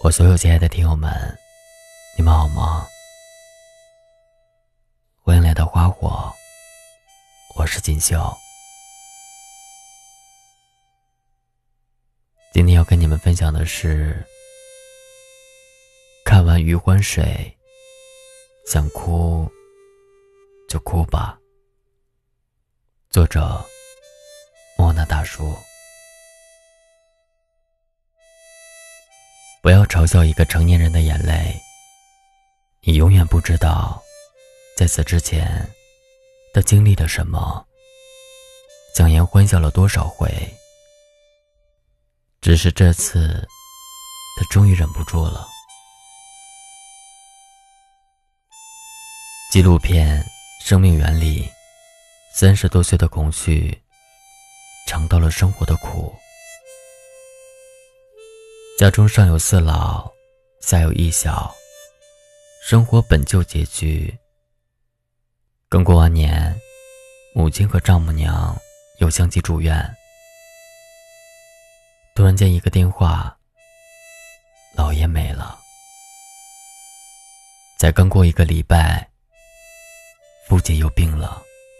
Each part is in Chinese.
我所有亲爱的听友们，你们好吗？欢迎来到花火，我是锦绣。今天要跟你们分享的是，看完余欢水，想哭就哭吧。作者莫那大叔。不要嘲笑一个成年人的眼泪，你永远不知道在此之前他经历了什么，强颜欢笑了多少回。只是这次他终于忍不住了。纪录片《生命原理》，30多岁的孔旭尝到了生活的苦。家中上有4老，下有1小，生活本就拮据。刚过完年，母亲和丈母娘又相继住院。突然间一个电话，姥爷没了。才刚过1个礼拜，父亲又病了。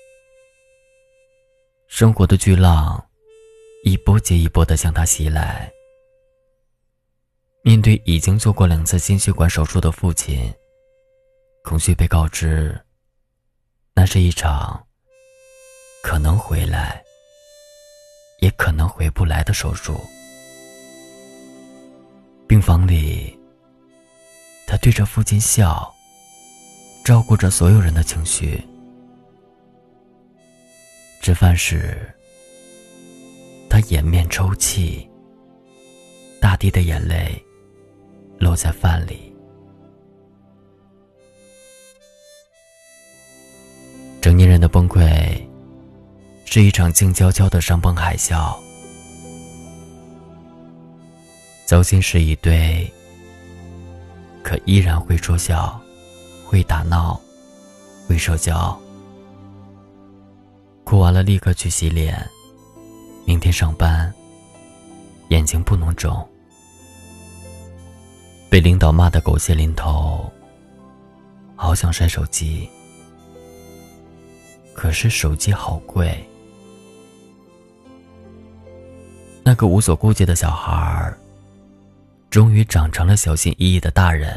生活的巨浪一波接一波地向他袭来。面对已经做过2次心血管手术的父亲，孔旭被告知，那是一场可能回来，也可能回不来的手术。病房里，他对着父亲笑，照顾着所有人的情绪。吃饭时，他掩面抽泣，大滴的眼泪落在饭里。成年人的崩溃是一场静悄悄的山崩海啸，糟心事一堆，可依然会说笑，会打闹，会社交。哭完了立刻去洗脸，明天上班，眼睛不能肿。被领导骂得狗血淋头，好想摔手机，可是手机好贵。那个无所顾忌的小孩终于长成了小心翼翼的大人。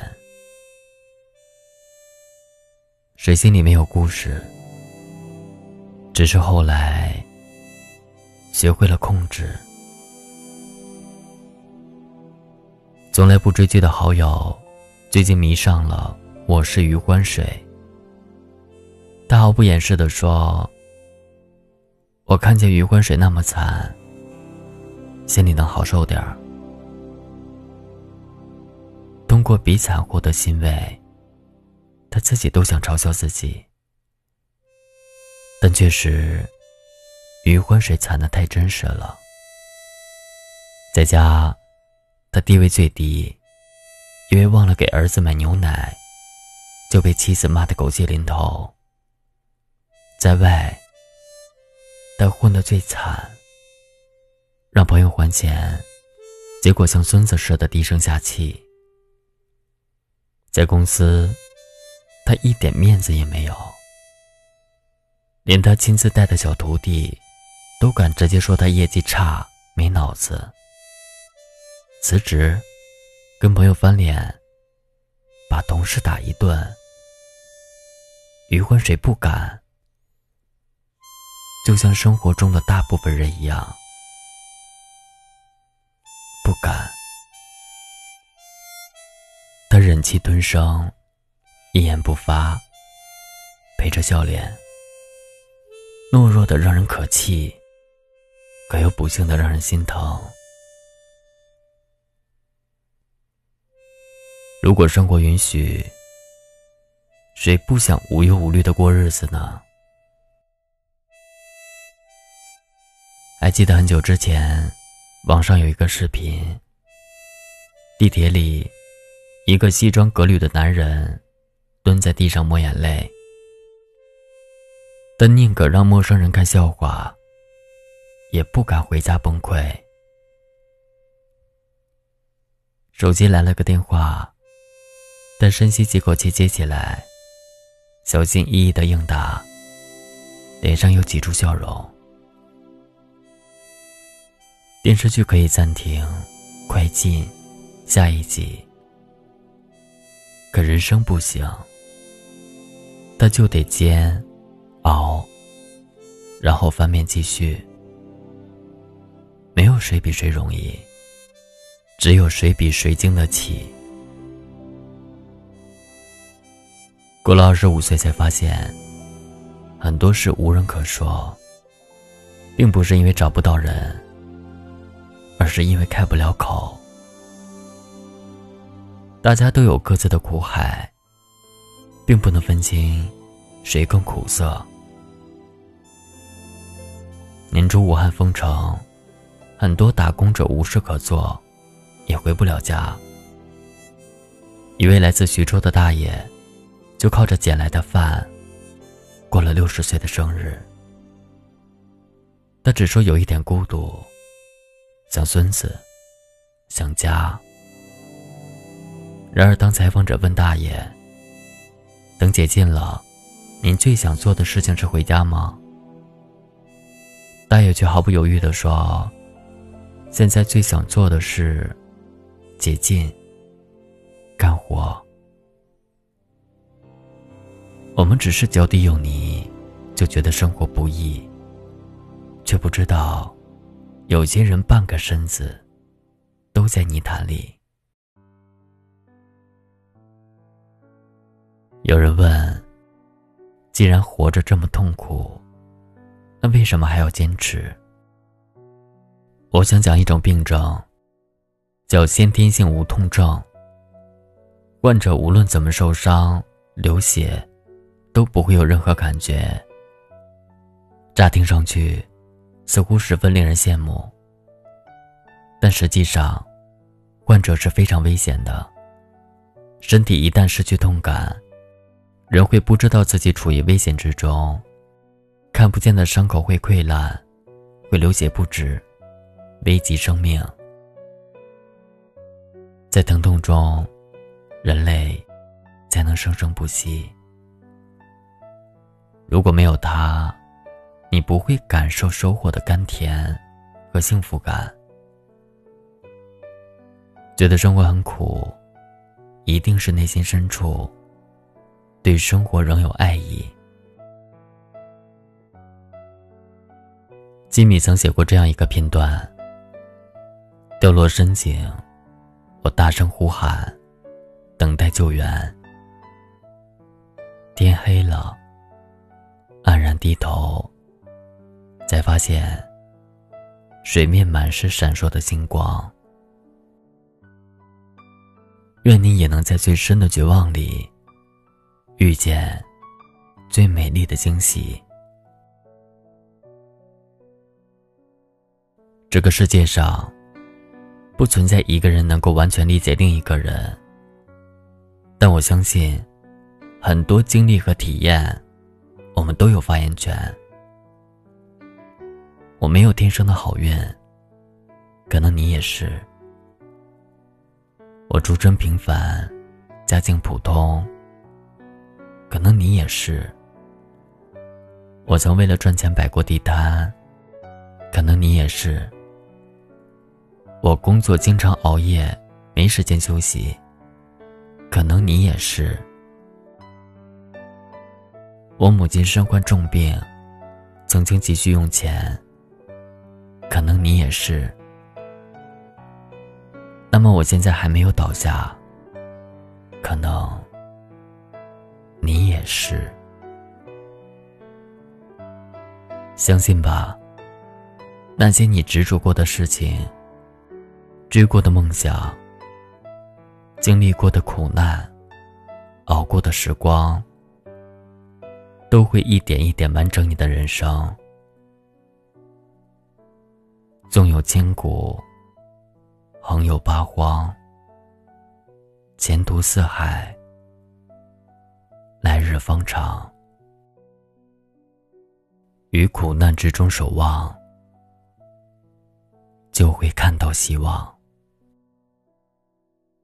谁心里没有故事，只是后来学会了控制。从来不追剧的好友最近迷上了《我是余欢水》。他毫不掩饰地说，我看见余欢水那么惨，心里能好受点儿。通过比惨获得欣慰，他自己都想嘲笑自己。但确实，余欢水惨得太真实了。在家，他地位最低，因为忘了给儿子买牛奶，就被妻子骂得狗血淋头。在外，他混得最惨，让朋友还钱，结果像孙子似的低声下气。在公司，他一点面子也没有，连他亲自带的小徒弟都敢直接说他业绩差，没脑子。辞职，跟朋友翻脸，把同事打一顿。余欢水不敢，就像生活中的大部分人一样，不敢。他忍气吞声，一言不发，陪着笑脸，懦弱的让人可气，可又不幸的让人心疼。如果生活允许，谁不想无忧无虑的过日子呢？还记得很久之前，网上有一个视频，地铁里，一个西装革履的男人蹲在地上抹眼泪，但宁可让陌生人看笑话，也不敢回家崩溃。 手机来了个电话，他深吸几口气接起来，小心翼翼地应答，脸上又挤出笑容。电视剧可以暂停、快进、下一集，可人生不行，他就得煎、熬，然后翻面继续。没有谁比谁容易，只有谁比谁经得起。过了25岁才发现，很多事无人可说，并不是因为找不到人，而是因为开不了口。大家都有各自的苦海，并不能分清谁更苦涩。年初武汉封城，很多打工者无事可做，也回不了家。一位来自徐州的大爷，就靠着捡来的饭，过了60岁的生日。他只说有一点孤独，想孙子，想家。然而当采访者问大爷，等解禁了，您最想做的事情是回家吗？大爷却毫不犹豫地说，现在最想做的是解禁，干活。我们只是脚底有泥，就觉得生活不易，却不知道有些人半个身子都在泥潭里。有人问，既然活着这么痛苦，那为什么还要坚持？我想讲一种病症，叫先天性无痛症。患者无论怎么受伤、流血，都不会有任何感觉。乍听上去，似乎十分令人羡慕，但实际上，患者是非常危险的。身体一旦失去痛感，人会不知道自己处于危险之中，看不见的伤口会溃烂，会流血不止，危及生命。在疼痛中，人类才能生生不息。如果没有它，你不会感受收获的甘甜和幸福感。觉得生活很苦，一定是内心深处对生活仍有爱意。吉米曾写过这样一个片段，掉落深井，我大声呼喊，等待救援。天黑了，黯然低头，才发现水面满是闪烁的星光。愿你也能在最深的绝望里遇见最美丽的惊喜。这个世界上不存在一个人能够完全理解另一个人，但我相信很多经历和体验我们都有发言权。我没有天生的好运，可能你也是。我出身平凡，家境普通，可能你也是。我曾为了赚钱摆过地摊，可能你也是。我工作经常熬夜，没时间休息，可能你也是。我母亲身患重病，曾经急需用钱，可能你也是。那么我现在还没有倒下，可能你也是。相信吧，那些你执着过的事情，追过的梦想，经历过的苦难，熬过的时光，都会一点一点完整你的人生。纵有千古，横有八荒，前途似海，来日方长。于苦难之中守望，就会看到希望。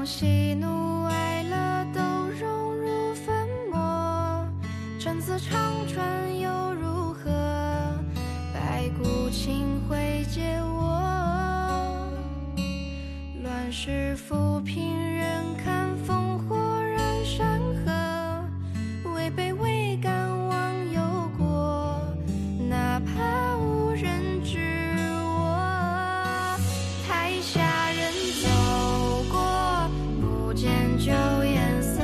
喜怒哀乐都融入粉末，陈词长传又如何？白骨青灰皆我。乱世浮萍人看烽火燃山河，位卑未敢忘忧国，哪怕无人知我。台下人走过，不见旧颜色，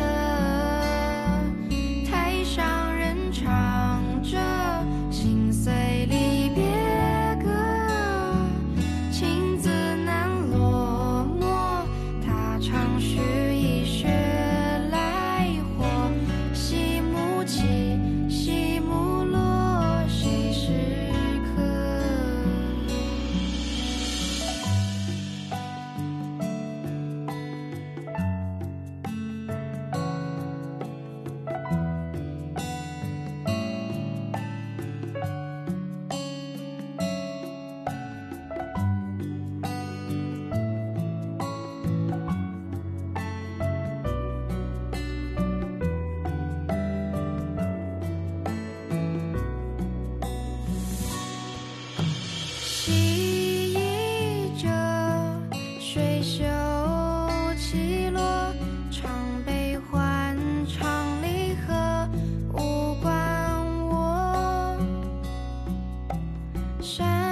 台上人唱着心碎离别歌，情字难落寞，他常须以血来活。夕幕起，夕幕落，谁时刻？细忆着水袖起落，唱悲欢，唱离合，无关我。山